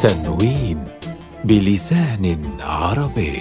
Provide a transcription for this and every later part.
تنوين بلسان عربي.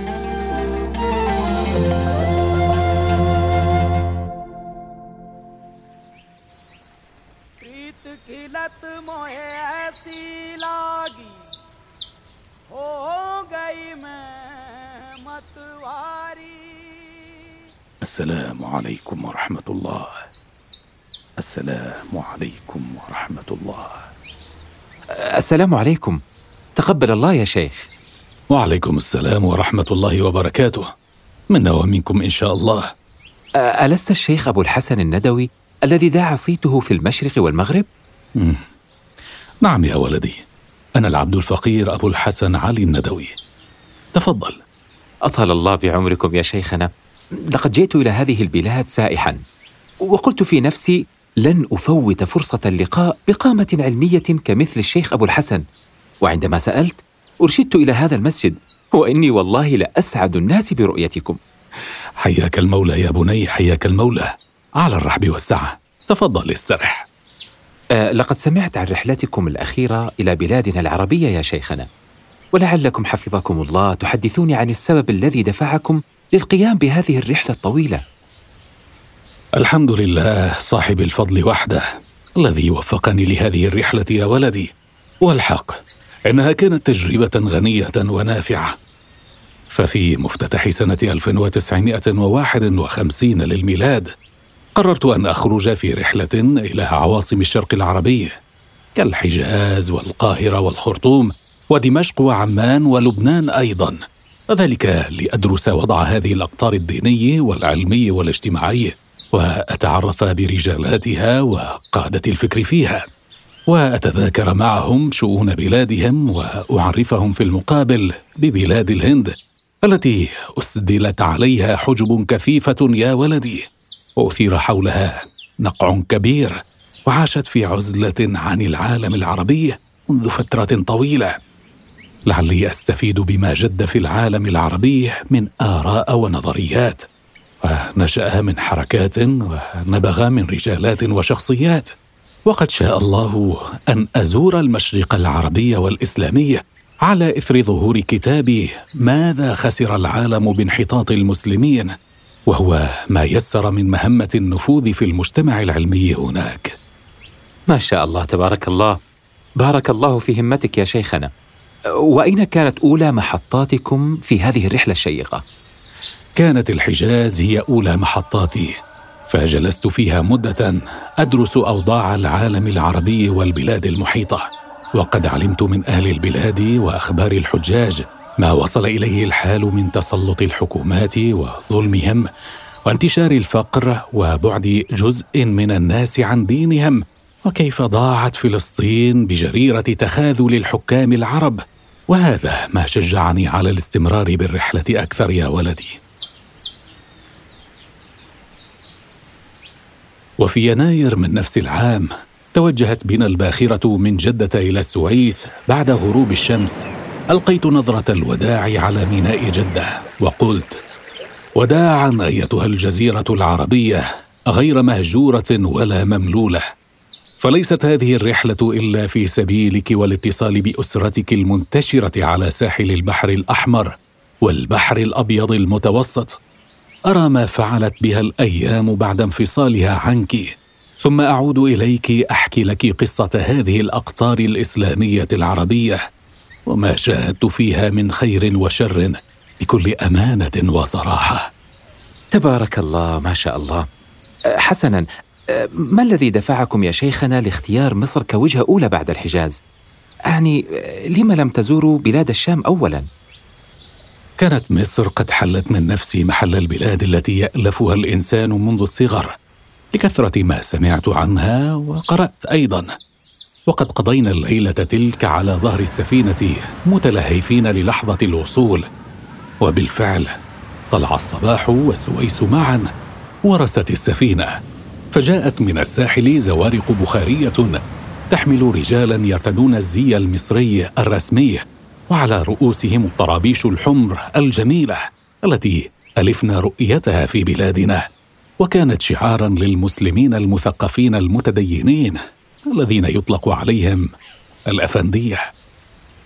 प्रीत की लत मोहे ऐसी लागी, हो गई मैं मतवारी। السلام عليكم ورحمة الله. السلام عليكم ورحمة الله. السلام عليكم، تقبل الله يا شيخ. وعليكم السلام ورحمة الله وبركاته، منا ومنكم إن شاء الله. ألست الشيخ أبو الحسن الندوي الذي ذاع صيته في المشرق والمغرب؟ نعم يا ولدي، أنا العبد الفقير أبو الحسن علي الندوي. تفضل. أطال الله بعمركم يا شيخنا. لقد جئت إلى هذه البلاد سائحا، وقلت في نفسي لن أفوت فرصة اللقاء بقامة علمية كمثل الشيخ أبو الحسن. وعندما سألت أرشدت إلى هذا المسجد، وإني والله لأسعد الناس برؤيتكم. حياك المولى يا بني، حياك المولى، على الرحب والسعة. تفضل استرح. لقد سمعت عن رحلتكم الأخيرة إلى بلادنا العربية يا شيخنا، ولعلكم حفظكم الله تحدثوني عن السبب الذي دفعكم للقيام بهذه الرحلة الطويلة. الحمد لله صاحب الفضل وحده الذي وفقني لهذه الرحلة يا ولدي. والحق إنها كانت تجربة غنية ونافعة. ففي مفتتح سنة 1951 للميلاد قررت أن أخرج في رحلة إلى عواصم الشرق العربي كالحجاز والقاهرة والخرطوم ودمشق وعمان ولبنان أيضا، وذلك لأدرس وضع هذه الأقطار الديني والعلمي والاجتماعي، وأتعرف برجالاتها وقادة الفكر فيها، وأتذاكر معهم شؤون بلادهم، وأعرفهم في المقابل ببلاد الهند التي أسدلت عليها حجب كثيفة يا ولدي، وأثير حولها نقع كبير، وعاشت في عزلة عن العالم العربي منذ فترة طويلة، لعلي أستفيد بما جد في العالم العربي من آراء ونظريات، ونشأ من حركات ونبغ من رجالات وشخصيات. وقد شاء الله أن أزور المشرق العربي والإسلامي على إثر ظهور كتابي ماذا خسر العالم بانحطاط المسلمين، وهو ما يسر من مهمة النفوذ في المجتمع العلمي هناك. ما شاء الله تبارك الله، بارك الله في همتك يا شيخنا. وأين كانت أولى محطاتكم في هذه الرحلة الشيقة؟ كانت الحجاز هي أولى محطاتي، فجلست فيها مدة أدرس أوضاع العالم العربي والبلاد المحيطة، وقد علمت من أهل البلاد وأخبار الحجاج ما وصل إليه الحال من تسلط الحكومات وظلمهم وانتشار الفقر وبعد جزء من الناس عن دينهم، وكيف ضاعت فلسطين بجريرة تخاذل الحكام العرب. وهذا ما شجعني على الاستمرار بالرحلة أكثر يا ولدي. وفي يناير من نفس العام توجهت بنا الباخرة من جدة إلى السويس بعد غروب الشمس. ألقيت نظرة الوداع على ميناء جدة وقلت: وداعا أيتها الجزيرة العربية غير مهجورة ولا مملولة، فليست هذه الرحلة إلا في سبيلك والاتصال بأسرتك المنتشرة على ساحل البحر الأحمر والبحر الأبيض المتوسط. أرى ما فعلت بها الأيام بعد انفصالها عنك، ثم أعود إليك أحكي لك قصة هذه الأقطار الإسلامية العربية وما شاهدت فيها من خير وشر بكل أمانة وصراحة. تبارك الله، ما شاء الله. حسناً، ما الذي دفعكم يا شيخنا لاختيار مصر كوجهة أولى بعد الحجاز؟ يعني لما لم تزوروا بلاد الشام أولاً؟ كانت مصر قد حلت من نفسي محل البلاد التي يألفها الإنسان منذ الصغر لكثرة ما سمعت عنها وقرأت أيضاً، وقد قضينا الليلة تلك على ظهر السفينة متلهفين للحظة الوصول. وبالفعل طلع الصباح والسويس معاً ورست السفينة، فجاءت من الساحل زوارق بخارية تحمل رجالاً يرتدون الزي المصري الرسمي، وعلى رؤوسهم الطرابيش الحمر الجميلة التي ألفنا رؤيتها في بلادنا، وكانت شعاراً للمسلمين المثقفين المتدينين الذين يطلق عليهم الأفندية.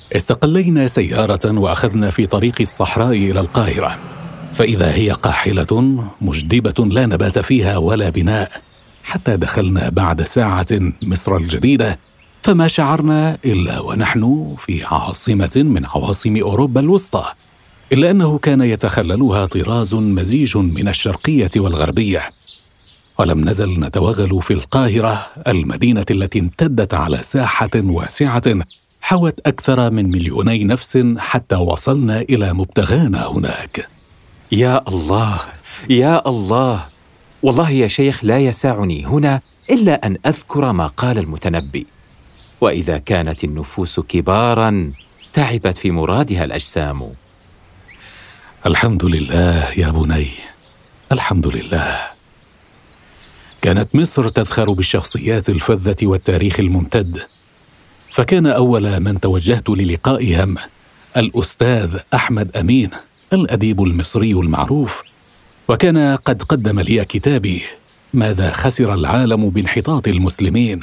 استقلينا سيارة وأخذنا في طريق الصحراء إلى القاهرة، فإذا هي قاحلة مجدبة لا نبات فيها ولا بناء، حتى دخلنا بعد ساعة مصر الجديدة، فما شعرنا إلا ونحن في عاصمة من عواصم أوروبا الوسطى، إلا أنه كان يتخللها طراز مزيج من الشرقية والغربية. ولم نزل نتوغل في القاهرة، المدينة التي امتدت على ساحة واسعة حوت أكثر من 2,000,000 نفس، حتى وصلنا إلى مبتغانا هناك. يا الله يا الله، والله يا شيخ لا يسعني هنا إلا أن أذكر ما قال المتنبي: وإذا كانت النفوس كباراً تعبت في مرادها الأجسام. الحمد لله يا بني، الحمد لله. كانت مصر تذخر بالشخصيات الفذة والتاريخ الممتد، فكان أول من توجهت للقائهم الأستاذ أحمد أمين، الأديب المصري المعروف، وكان قد قدم لي كتابي ماذا خسر العالم بانحطاط المسلمين،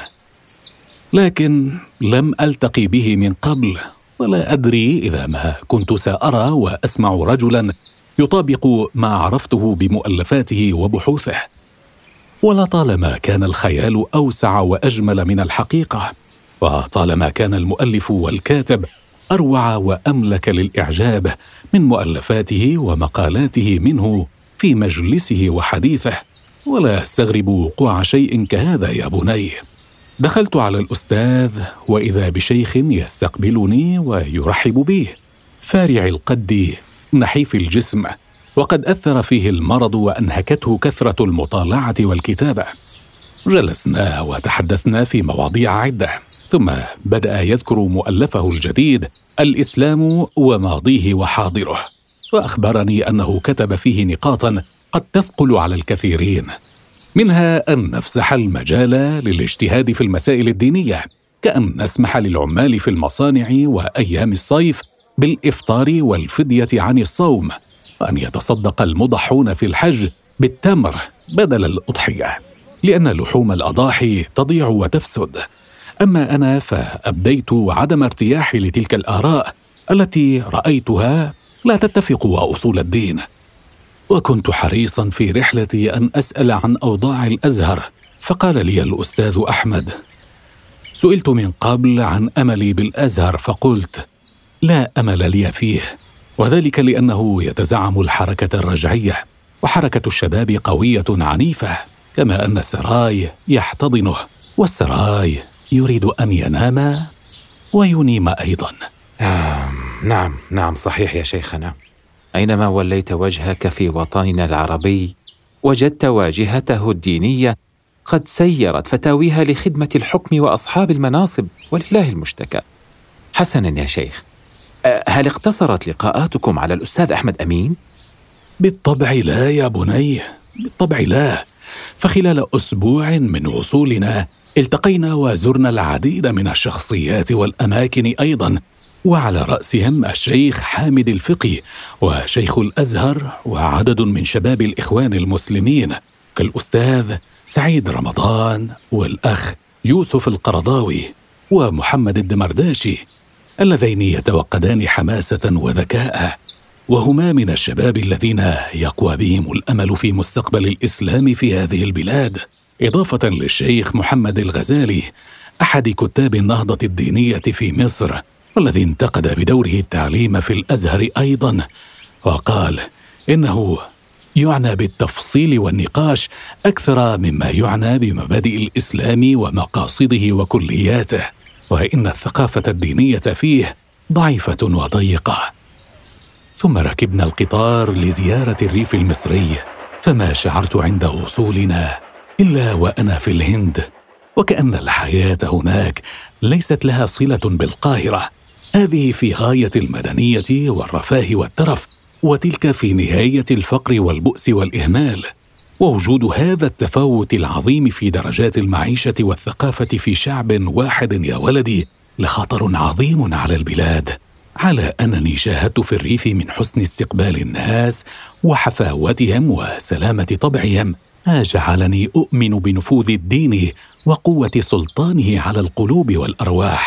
لكن لم ألتقي به من قبل، ولا أدري إذا ما كنت سأرى وأسمع رجلا يطابق ما عرفته بمؤلفاته وبحوثه. ولطالما كان الخيال أوسع وأجمل من الحقيقة، وطالما كان المؤلف والكاتب أروع وأملك للإعجاب من مؤلفاته ومقالاته منه في مجلسه وحديثه، ولا أستغرب وقوع شيء كهذا يا بني. دخلت على الأستاذ وإذا بشيخ يستقبلني ويرحب بي، فارع القد نحيف الجسم، وقد أثر فيه المرض وأنهكته كثرة المطالعة والكتابة. جلسنا وتحدثنا في مواضيع عدة، ثم بدأ يذكر مؤلفه الجديد الإسلام وماضيه وحاضره، وأخبرني أنه كتب فيه نقاطا قد تثقل على الكثيرين، منها أن نفسح المجال للاجتهاد في المسائل الدينية، كأن نسمح للعمال في المصانع وأيام الصيف بالإفطار والفدية عن الصوم، وأن يتصدق المضحون في الحج بالتمر بدل الأضحية، لأن لحوم الأضاحي تضيع وتفسد. أما أنا فأبديت عدم ارتياحي لتلك الآراء التي رأيتها لا تتفق وأصول الدين، وكنت حريصا في رحلتي أن أسأل عن أوضاع الأزهر. فقال لي الأستاذ أحمد: سئلت من قبل عن أملي بالأزهر، فقلت: لا أمل لي فيه، وذلك لأنه يتزعم الحركة الرجعية، وحركة الشباب قوية عنيفة، كما أن السراي يحتضنه، والسراي يريد أن ينام وينيم أيضا. نعم صحيح يا شيخنا. أينما وليت وجهك في وطننا العربي وجدت واجهته الدينية قد سيرت فتاويها لخدمة الحكم وأصحاب المناصب، ولله المشتكى. حسنا يا شيخ، هل اقتصرت لقاءاتكم على الأستاذ أحمد أمين؟ بالطبع لا يا بني، بالطبع لا. فخلال أسبوع من وصولنا التقينا وزرنا العديد من الشخصيات والأماكن أيضا، وعلى رأسهم الشيخ حامد الفقي وشيخ الأزهر وعدد من شباب الإخوان المسلمين كالأستاذ سعيد رمضان والأخ يوسف القرضاوي ومحمد الدمرداشي، اللذين يتوقدان حماسة وذكاء، وهما من الشباب الذين يقوى بهم الأمل في مستقبل الإسلام في هذه البلاد، إضافة للشيخ محمد الغزالي أحد كتاب النهضة الدينية في مصر، والذي انتقد بدوره التعليم في الأزهر أيضا، وقال إنه يعنى بالتفصيل والنقاش أكثر مما يعنى بمبادئ الإسلام ومقاصده وكلياته، وإن الثقافة الدينية فيه ضعيفة وضيقة. ثم ركبنا القطار لزيارة الريف المصري، فما شعرت عند وصولنا إلا وأنا في الهند، وكأن الحياة هناك ليست لها صلة بالقاهرة، هذه في غاية المدنية والرفاه والترف، وتلك في نهاية الفقر والبؤس والإهمال. ووجود هذا التفاوت العظيم في درجات المعيشة والثقافة في شعب واحد يا ولدي لخطر عظيم على البلاد، على أنني شاهدت في الريف من حسن استقبال الناس وحفاوتهم وسلامة طبعهم ما جعلني أؤمن بنفوذ الدين وقوة سلطانه على القلوب والأرواح،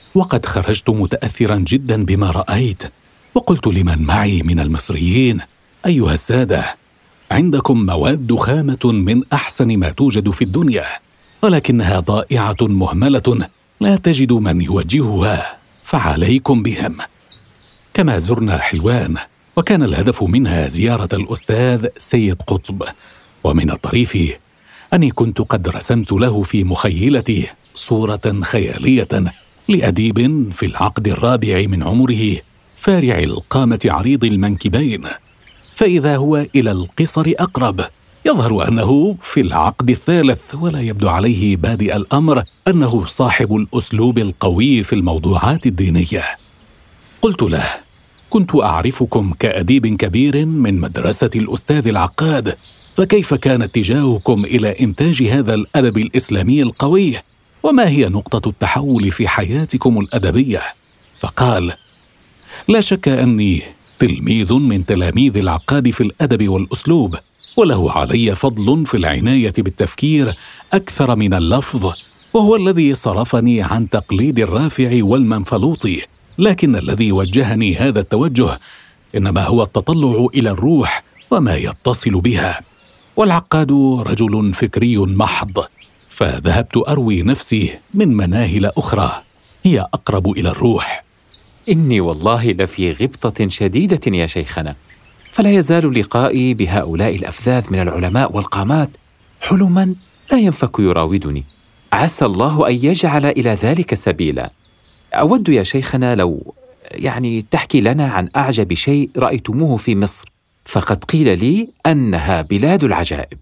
وقد خرجت متأثرا جدا بما رأيت، وقلت لمن معي من المصريين: أيها السادة، عندكم مواد خامة من أحسن ما توجد في الدنيا، ولكنها ضائعة مهملة لا تجد من يوجهها، فعليكم بهم. كما زرنا حلوان، وكان الهدف منها زيارة الأستاذ سيد قطب، ومن الطريف أني كنت قد رسمت له في مخيلتي صورة خيالية لأديب في العقد الرابع من عمره، فارع القامة عريض المنكبين، فإذا هو إلى القصر أقرب، يظهر أنه في العقد الثالث، ولا يبدو عليه بادئ الأمر أنه صاحب الأسلوب القوي في الموضوعات الدينية. قلت له: كنت أعرفكم كأديب كبير من مدرسة الأستاذ العقاد، فكيف كان اتجاهكم إلى إنتاج هذا الأدب الإسلامي القوي؟ وما هي نقطة التحول في حياتكم الأدبية؟ فقال: لا شك أني تلميذ من تلاميذ العقاد في الأدب والأسلوب، وله علي فضل في العناية بالتفكير أكثر من اللفظ، وهو الذي صرفني عن تقليد الرافع والمنفلوطي، لكن الذي وجهني هذا التوجه إنما هو التطلع إلى الروح وما يتصل بها، والعقاد رجل فكري محض، فذهبت أروي نفسي من مناهل أخرى هي أقرب إلى الروح. إني والله لفي غبطة شديدة يا شيخنا، فلا يزال لقائي بهؤلاء الأفذاذ من العلماء والقامات حلما لا ينفك يراودني، عسى الله أن يجعل إلى ذلك سبيلا. أود يا شيخنا لو تحكي لنا عن أعجب شيء رأيتموه في مصر، فقد قيل لي أنها بلاد العجائب.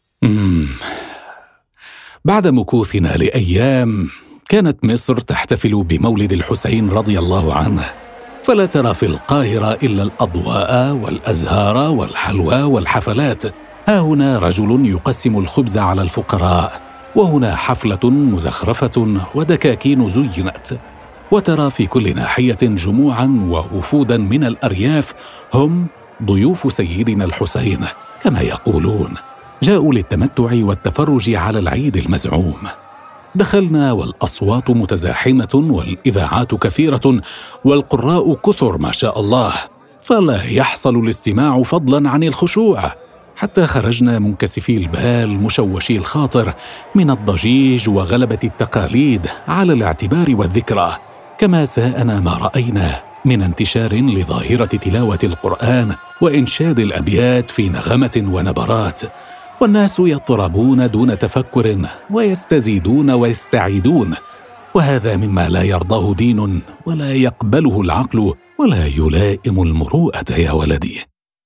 بعد مكوثنا لأيام، كانت مصر تحتفل بمولد الحسين رضي الله عنه، فلا ترى في القاهرة إلا الأضواء والأزهار والحلوى والحفلات. ها هنا رجل يقسم الخبز على الفقراء، وهنا حفلة مزخرفة ودكاكين زينت، وترى في كل ناحية جموعا ووفودا من الأرياف هم ضيوف سيدنا الحسين كما يقولون، جاءوا للتمتع والتفرج على العيد المزعوم. دخلنا والأصوات متزاحمة والإذاعات كثيرة والقراء كثر ما شاء الله، فلا يحصل الاستماع فضلا عن الخشوع، حتى خرجنا منكسفي البال مشوشي الخاطر من الضجيج وغلبة التقاليد على الاعتبار والذكرى. كما ساءنا ما رأينا من انتشار لظاهرة تلاوة القرآن وإنشاد الأبيات في نغمة ونبرات، والناس يضطربون دون تفكر ويستزيدون ويستعيدون، وهذا مما لا يرضاه دين ولا يقبله العقل ولا يلائم المروءة يا ولدي.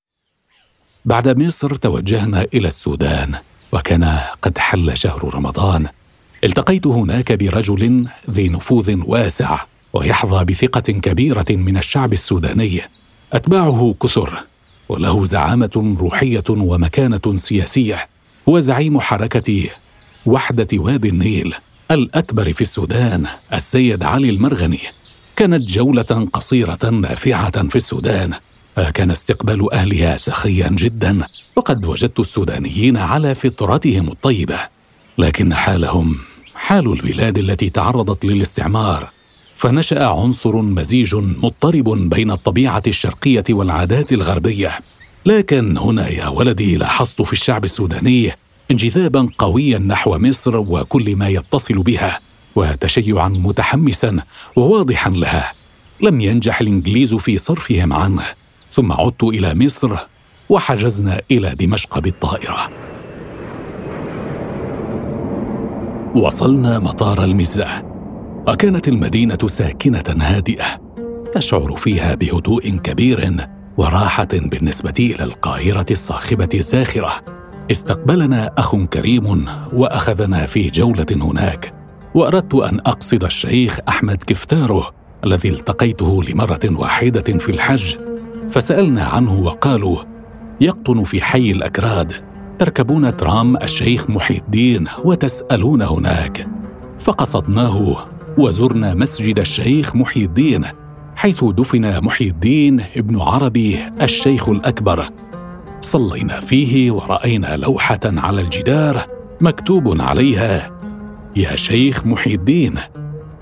بعد مصر توجهنا إلى السودان، وكان قد حل شهر رمضان. التقيت هناك برجل ذي نفوذ واسع ويحظى بثقة كبيرة من الشعب السوداني، أتباعه كثر، وله زعامة روحية ومكانة سياسية. هو زعيم حركة وحدة وادي النيل الأكبر في السودان، السيد علي المرغني. كانت جولة قصيرة نافعة في السودان، كان استقبال أهلها سخيا جدا، وقد وجدت السودانيين على فطرتهم الطيبة، لكن حالهم حال البلاد التي تعرضت للاستعمار، فنشأ عنصر مزيج مضطرب بين الطبيعة الشرقية والعادات الغربية. لكن هنا يا ولدي لاحظت في الشعب السوداني انجذابا قويا نحو مصر وكل ما يتصل بها، وتشيعا متحمسا وواضحا لها. لم ينجح الإنجليز في صرفهم عنه، ثم عدت إلى مصر وحجزنا إلى دمشق بالطائرة. وصلنا مطار المزة، وكانت المدينة ساكنة هادئة، تشعر فيها بهدوء كبير وراحة بالنسبة إلى القاهرة الصاخبة الزاخرة. استقبلنا أخ كريم وأخذنا في جولة هناك، وأردت أن أقصد الشيخ أحمد كفتاره الذي التقيته لمرة واحدة في الحج، فسألنا عنه وقالوا يقطن في حي الأكراد، تركبون ترام الشيخ محي الدين وتسألون هناك. فقصدناه وزرنا مسجد الشيخ محي الدين، حيث دفن محي الدين ابن عربي الشيخ الأكبر. صلينا فيه ورأينا لوحة على الجدار مكتوب عليها: يا شيخ محي الدين،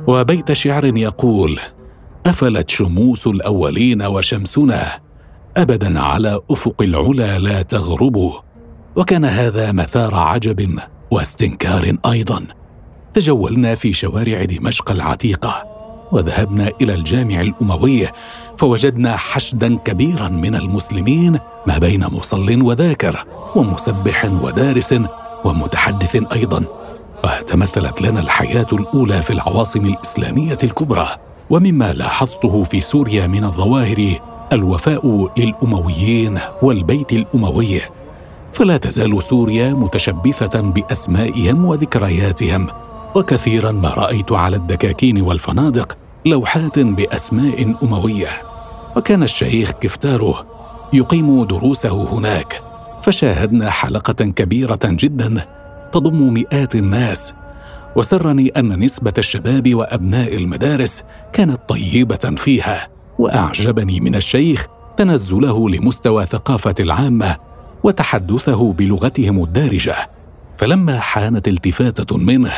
وبيت شعر يقول: أفلت شموس الأولين وشمسنا أبدا على أفق العلا لا تغرب. وكان هذا مثار عجب واستنكار أيضا. تجولنا في شوارع دمشق العتيقة وذهبنا إلى الجامع الأموي، فوجدنا حشدا كبيرا من المسلمين ما بين مصل وذاكر ومسبح ودارس ومتحدث أيضا. وتمثلت لنا الحياة الأولى في العواصم الإسلامية الكبرى. ومما لاحظته في سوريا من الظواهر الوفاء للأمويين والبيت الأموي، فلا تزال سوريا متشبثة بأسمائهم وذكرياتهم، وكثيرا ما رأيت على الدكاكين والفنادق لوحات بأسماء أموية. وكان الشيخ كفتاره يقيم دروسه هناك، فشاهدنا حلقة كبيرة جدا تضم مئات الناس. وسرني أن نسبة الشباب وأبناء المدارس كانت طيبة فيها. وأعجبني من الشيخ تنزله لمستوى ثقافة العامة وتحدثه بلغتهم الدارجة. فلما حانت التفاتة منه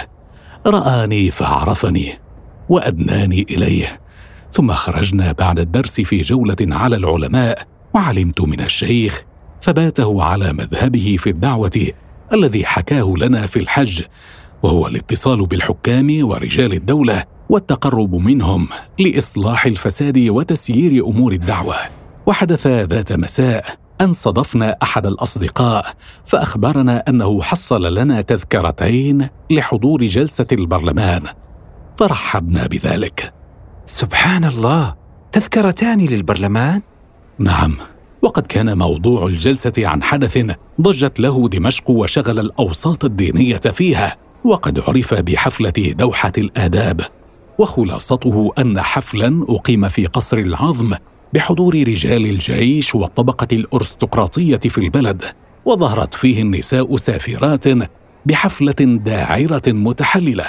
رآني فعرفني وأدناني إليه. ثم خرجنا بعد الدرس في جولة على العلماء، وعلمت من الشيخ ثباته على مذهبه في الدعوة الذي حكاه لنا في الحج، وهو الاتصال بالحكام ورجال الدولة والتقرب منهم لإصلاح الفساد وتسيير أمور الدعوة. وحدث ذات مساء أن صادفنا أحد الأصدقاء فأخبرنا أنه حصل لنا تذكرتين لحضور جلسة البرلمان، فرحبنا بذلك. سبحان الله، تذكرتان للبرلمان؟ نعم، وقد كان موضوع الجلسة عن حدث ضجت له دمشق وشغل الأوساط الدينية فيها، وقد عرف بحفلة دوحة الآداب، وخلاصته أن حفلا أقيم في قصر العظم بحضور رجال الجيش والطبقة الأرستقراطية في البلد، وظهرت فيه النساء سافرات بحفلة داعرة متحللة.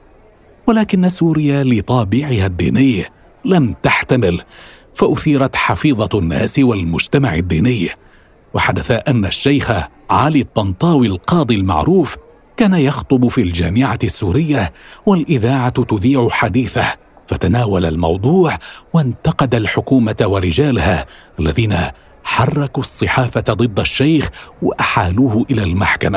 ولكن سوريا لطابعها الديني لم تحتمل، فأثيرت حفيظة الناس والمجتمع الديني. وحدث أن الشيخ علي الطنطاوي القاضي المعروف كان يخطب في الجامعة السورية والإذاعة تذيع حديثه، فتناول الموضوع وانتقد الحكومة ورجالها الذين حركوا الصحافة ضد الشيخ وأحالوه إلى المحكمة،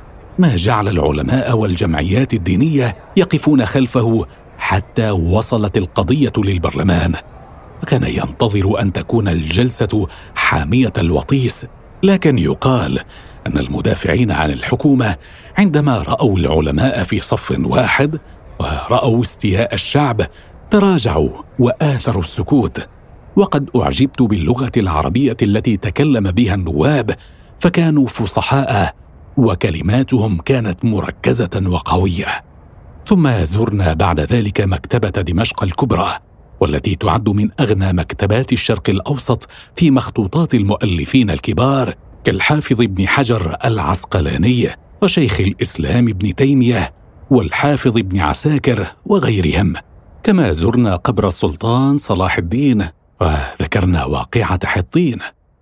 ما جعل العلماء والجمعيات الدينية يقفون خلفه حتى وصلت القضية للبرلمان. وكان ينتظر أن تكون الجلسة حامية الوطيس، لكن يقال أن المدافعين عن الحكومة عندما رأوا العلماء في صف واحد ورأوا استياء الشعب تراجعوا وآثروا السكوت. وقد أعجبت باللغة العربية التي تكلم بها النواب، فكانوا فصحاء وكلماتهم كانت مركزة وقوية. ثم زرنا بعد ذلك مكتبة دمشق الكبرى، والتي تعد من أغنى مكتبات الشرق الأوسط في مخطوطات المؤلفين الكبار كالحافظ ابن حجر العسقلاني وشيخ الإسلام ابن تيمية والحافظ ابن عساكر وغيرهم. كما زرنا قبر السلطان صلاح الدين وذكرنا واقعة حطين،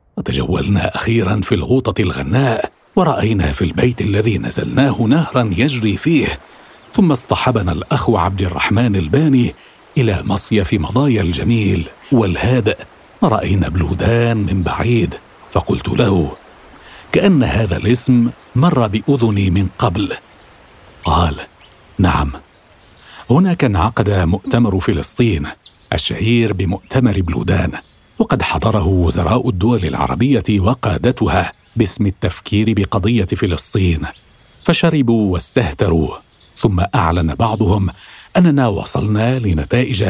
وتجولنا أخيرا في الغوطة الغناء، ورأينا في البيت الذي نزلناه نهرا يجري فيه. ثم اصطحبنا الأخ عبد الرحمن الباني إلى مصيف مضايا الجميل والهادئ، ورأينا بلودان من بعيد، فقلت له: كأن هذا الاسم مر بأذني من قبل. قال: نعم، هناك انعقد مؤتمر فلسطين الشهير بمؤتمر بلودان، وقد حضره وزراء الدول العربية وقادتها باسم التفكير بقضية فلسطين، فشربوا واستهتروا. ثم أعلن بعضهم أننا وصلنا لنتائج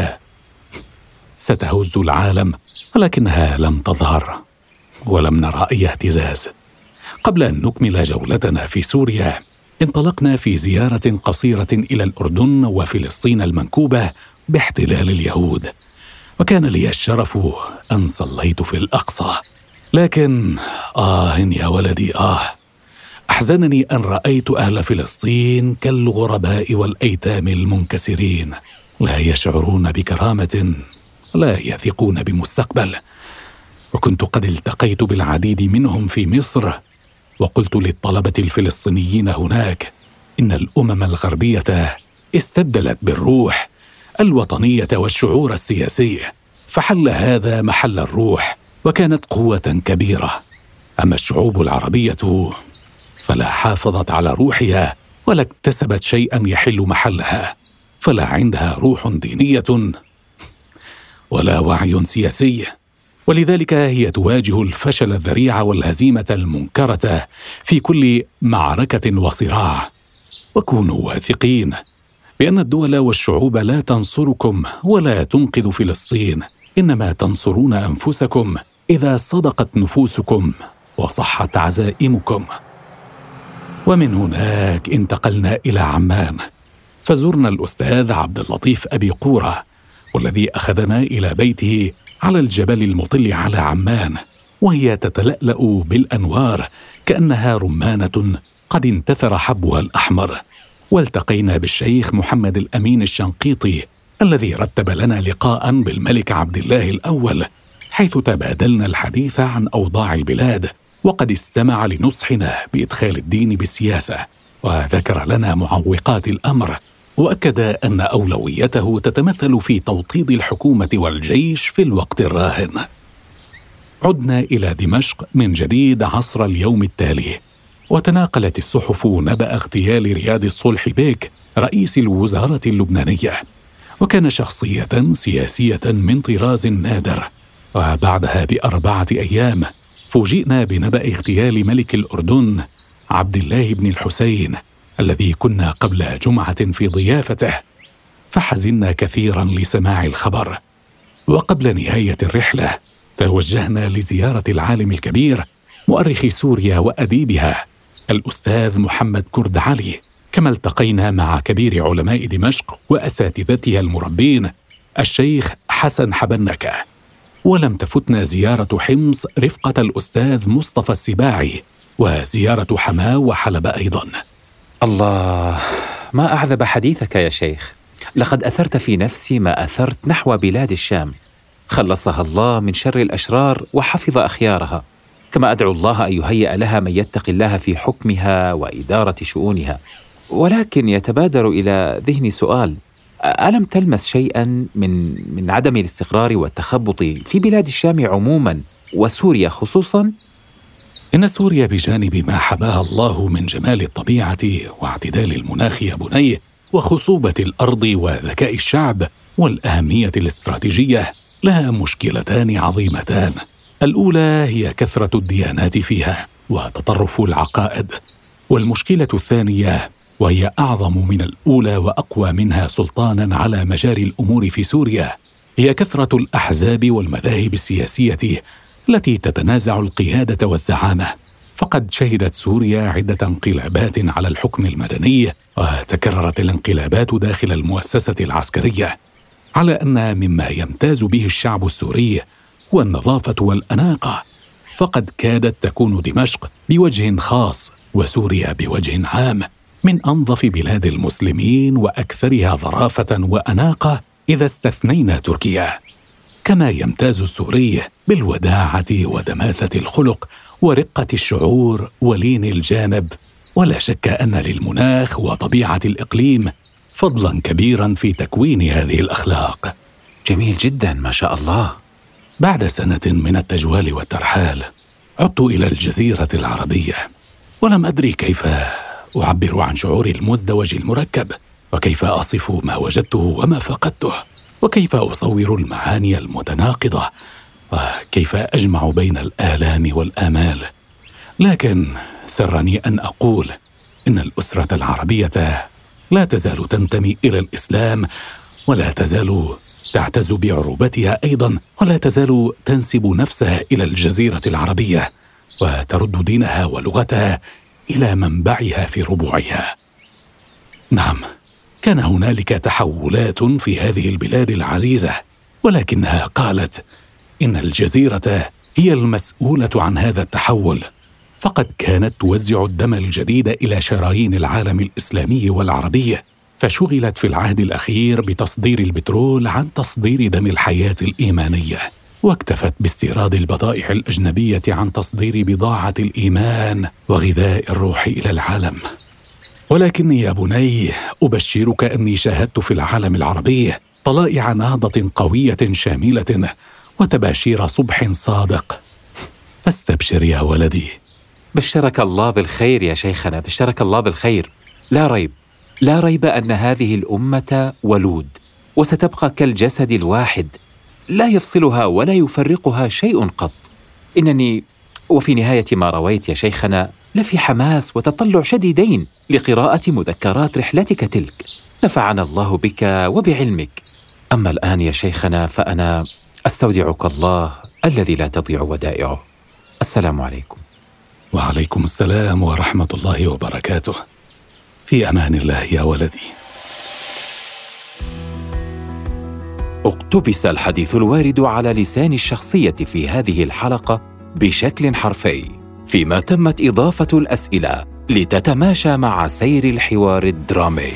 ستهز العالم، ولكنها لم تظهر ولم نرى أي اهتزاز. قبل أن نكمل جولتنا في سوريا انطلقنا في زيارة قصيرة إلى الأردن وفلسطين المنكوبة باحتلال اليهود، وكان لي الشرف أن صليت في الأقصى. لكن يا ولدي أحزنني أن رأيت أهل فلسطين كالغرباء والأيتام المنكسرين، لا يشعرون بكرامة، لا يثقون بمستقبل. وكنت قد التقيت بالعديد منهم في مصر، وقلت للطلبة الفلسطينيين هناك إن الأمم الغربية استبدلت بالروح الوطنية والشعور السياسي، فحل هذا محل الروح، وكانت قوة كبيرة. أما الشعوب العربية فلا حافظت على روحها ولا اكتسبت شيئا يحل محلها، فلا عندها روح دينية ولا وعي سياسي، ولذلك هي تواجه الفشل الذريع والهزيمة المنكرة في كل معركة وصراع. وكونوا واثقين بأن الدول والشعوب لا تنصركم ولا تنقذ فلسطين، إنما تنصرون أنفسكم إذا صدقت نفوسكم وصحت عزائمكم. ومن هناك انتقلنا إلى عمان، فزرنا الأستاذ عبد اللطيف أبي قورة، والذي أخذنا إلى بيته على الجبل المطل على عمان، وهي تتلألأ بالأنوار كأنها رمانة قد انتثر حبها الأحمر. والتقينا بالشيخ محمد الأمين الشنقيطي الذي رتب لنا لقاء بالملك عبد الله الأول، حيث تبادلنا الحديث عن أوضاع البلاد، وقد استمع لنصحنا بإدخال الدين بالسياسة، وذكر لنا معوقات الأمر، وأكد أن أولويته تتمثل في توطيد الحكومة والجيش في الوقت الراهن. عدنا إلى دمشق من جديد عصر اليوم التالي، وتناقلت الصحف نبأ اغتيال رياض الصلح بيك رئيس الوزارة اللبنانية، وكان شخصية سياسية من طراز نادر. وبعدها ب4 أيام فوجئنا بنبأ اغتيال ملك الأردن عبد الله بن الحسين، الذي كنا قبل جمعة في ضيافته، فحزنا كثيرا لسماع الخبر. وقبل نهاية الرحلة توجهنا لزيارة العالم الكبير مؤرخ سوريا وأديبها الأستاذ محمد كرد علي، كما التقينا مع كبير علماء دمشق وأساتذتها المربين الشيخ حسن حبنكة. ولم تفتنا زيارة حمص رفقة الأستاذ مصطفى السباعي، وزيارة حماة وحلب أيضا. الله، ما أعذب حديثك يا شيخ. لقد أثرت في نفسي ما أثرت نحو بلاد الشام، خلصها الله من شر الأشرار وحفظ أخيارها، كما أدعو الله أن يهيئ لها من يتقي الله في حكمها وإدارة شؤونها. ولكن يتبادر إلى ذهني سؤال: ألم تلمس شيئا من عدم الاستقرار والتخبط في بلاد الشام عموما وسوريا خصوصا؟ إن سوريا بجانب ما حباها الله من جمال الطبيعة واعتدال المناخ يا بني، وخصوبة الأرض وذكاء الشعب والأهمية الاستراتيجية، لها مشكلتان عظيمتان. الأولى هي كثرة الديانات فيها وتطرف العقائد، والمشكلة الثانية وهي أعظم من الأولى وأقوى منها سلطانا على مجاري الأمور في سوريا، هي كثرة الأحزاب والمذاهب السياسية التي تتنازع القيادة والزعامة. فقد شهدت سوريا عدة انقلابات على الحكم المدني، وتكررت الانقلابات داخل المؤسسة العسكرية، على أن مما يمتاز به الشعب السوري هو النظافة والأناقة. فقد كادت تكون دمشق بوجه خاص وسوريا بوجه عام من أنظف بلاد المسلمين وأكثرها ظرافة وأناقة إذا استثنينا تركيا. كما يمتاز السوري بالوداعة ودماثة الخلق ورقة الشعور ولين الجانب. ولا شك أن للمناخ وطبيعة الإقليم فضلا كبيرا في تكوين هذه الأخلاق. جميل جدا، ما شاء الله. بعد سنة من التجوال والترحال عدت إلى الجزيرة العربية، ولم أدري كيف أعبر عن شعوري المزدوج المركب، وكيف أصف ما وجدته وما فقدته، وكيف أصور المعاني المتناقضة، وكيف أجمع بين الآلام والآمال. لكن سرني أن أقول إن الأسرة العربية لا تزال تنتمي إلى الإسلام، ولا تزال تعتز بعروبتها أيضا، ولا تزال تنسب نفسها إلى الجزيرة العربية، وترد دينها ولغتها إلى منبعها في ربوعها. نعم، كان هنالك تحولات في هذه البلاد العزيزة، ولكنها قالت إن الجزيرة هي المسؤولة عن هذا التحول، فقد كانت توزع الدم الجديد إلى شرايين العالم الإسلامي والعربي، فشغلت في العهد الأخير بتصدير البترول عن تصدير دم الحياة الإيمانية، واكتفت باستيراد البضائع الأجنبية عن تصدير بضاعة الإيمان وغذاء الروح إلى العالم. ولكني يا بني أبشرك أني شاهدت في العالم العربي طلائع نهضة قوية شاملة وتباشير صبح صادق. فاستبشر يا ولدي. بشرك الله بالخير يا شيخنا، بشرك الله بالخير. لا ريب أن هذه الأمة ولود، وستبقى كالجسد الواحد، لا يفصلها ولا يفرقها شيء قط. إنني وفي نهاية ما رويت يا شيخنا لفي حماس وتطلع شديدين لقراءة مذكرات رحلتك تلك. نفعنا الله بك وبعلمك. أما الآن يا شيخنا فأنا أستودعك الله الذي لا تضيع ودائعه. السلام عليكم. وعليكم السلام ورحمة الله وبركاته. في أمان الله يا ولدي. اقتبس الحديث الوارد على لسان الشخصية في هذه الحلقة بشكل حرفي، فيما تمت إضافة الأسئلة لتتماشى مع سير الحوار الدرامي.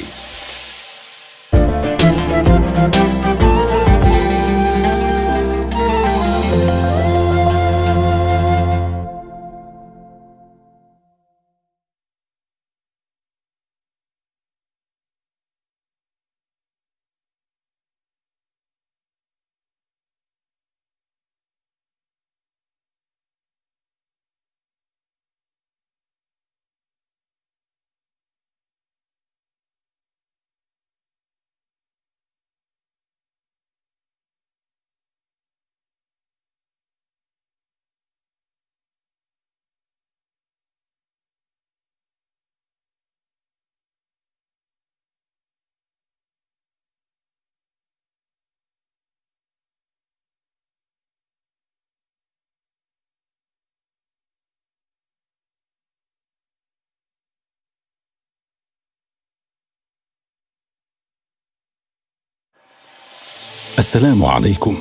السلام عليكم.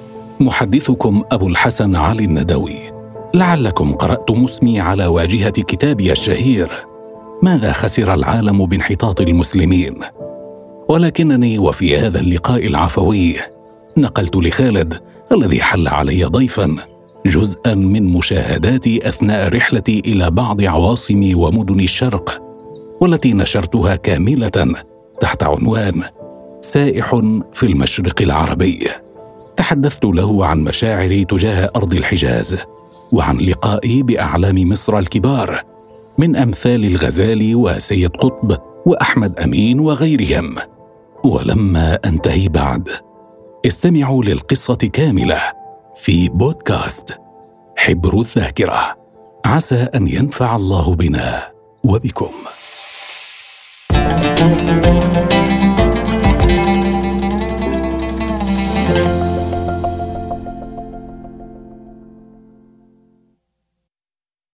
محدثكم أبو الحسن علي الندوي. لعلكم قرأتم اسمي على واجهة كتابي الشهير ماذا خسر العالم بانحطاط المسلمين، ولكنني وفي هذا اللقاء العفوي نقلت لخالد الذي حل علي ضيفا جزءا من مشاهداتي أثناء رحلتي إلى بعض عواصم ومدن الشرق، والتي نشرتها كاملة تحت عنوان سائح في المشرق العربي. تحدثت له عن مشاعري تجاه أرض الحجاز، وعن لقائي بأعلام مصر الكبار من أمثال الغزالي وسيد قطب وأحمد أمين وغيرهم. ولما أنتهي بعد، استمعوا للقصة كاملة في بودكاست حبر الذاكرة. عسى أن ينفع الله بنا وبكم.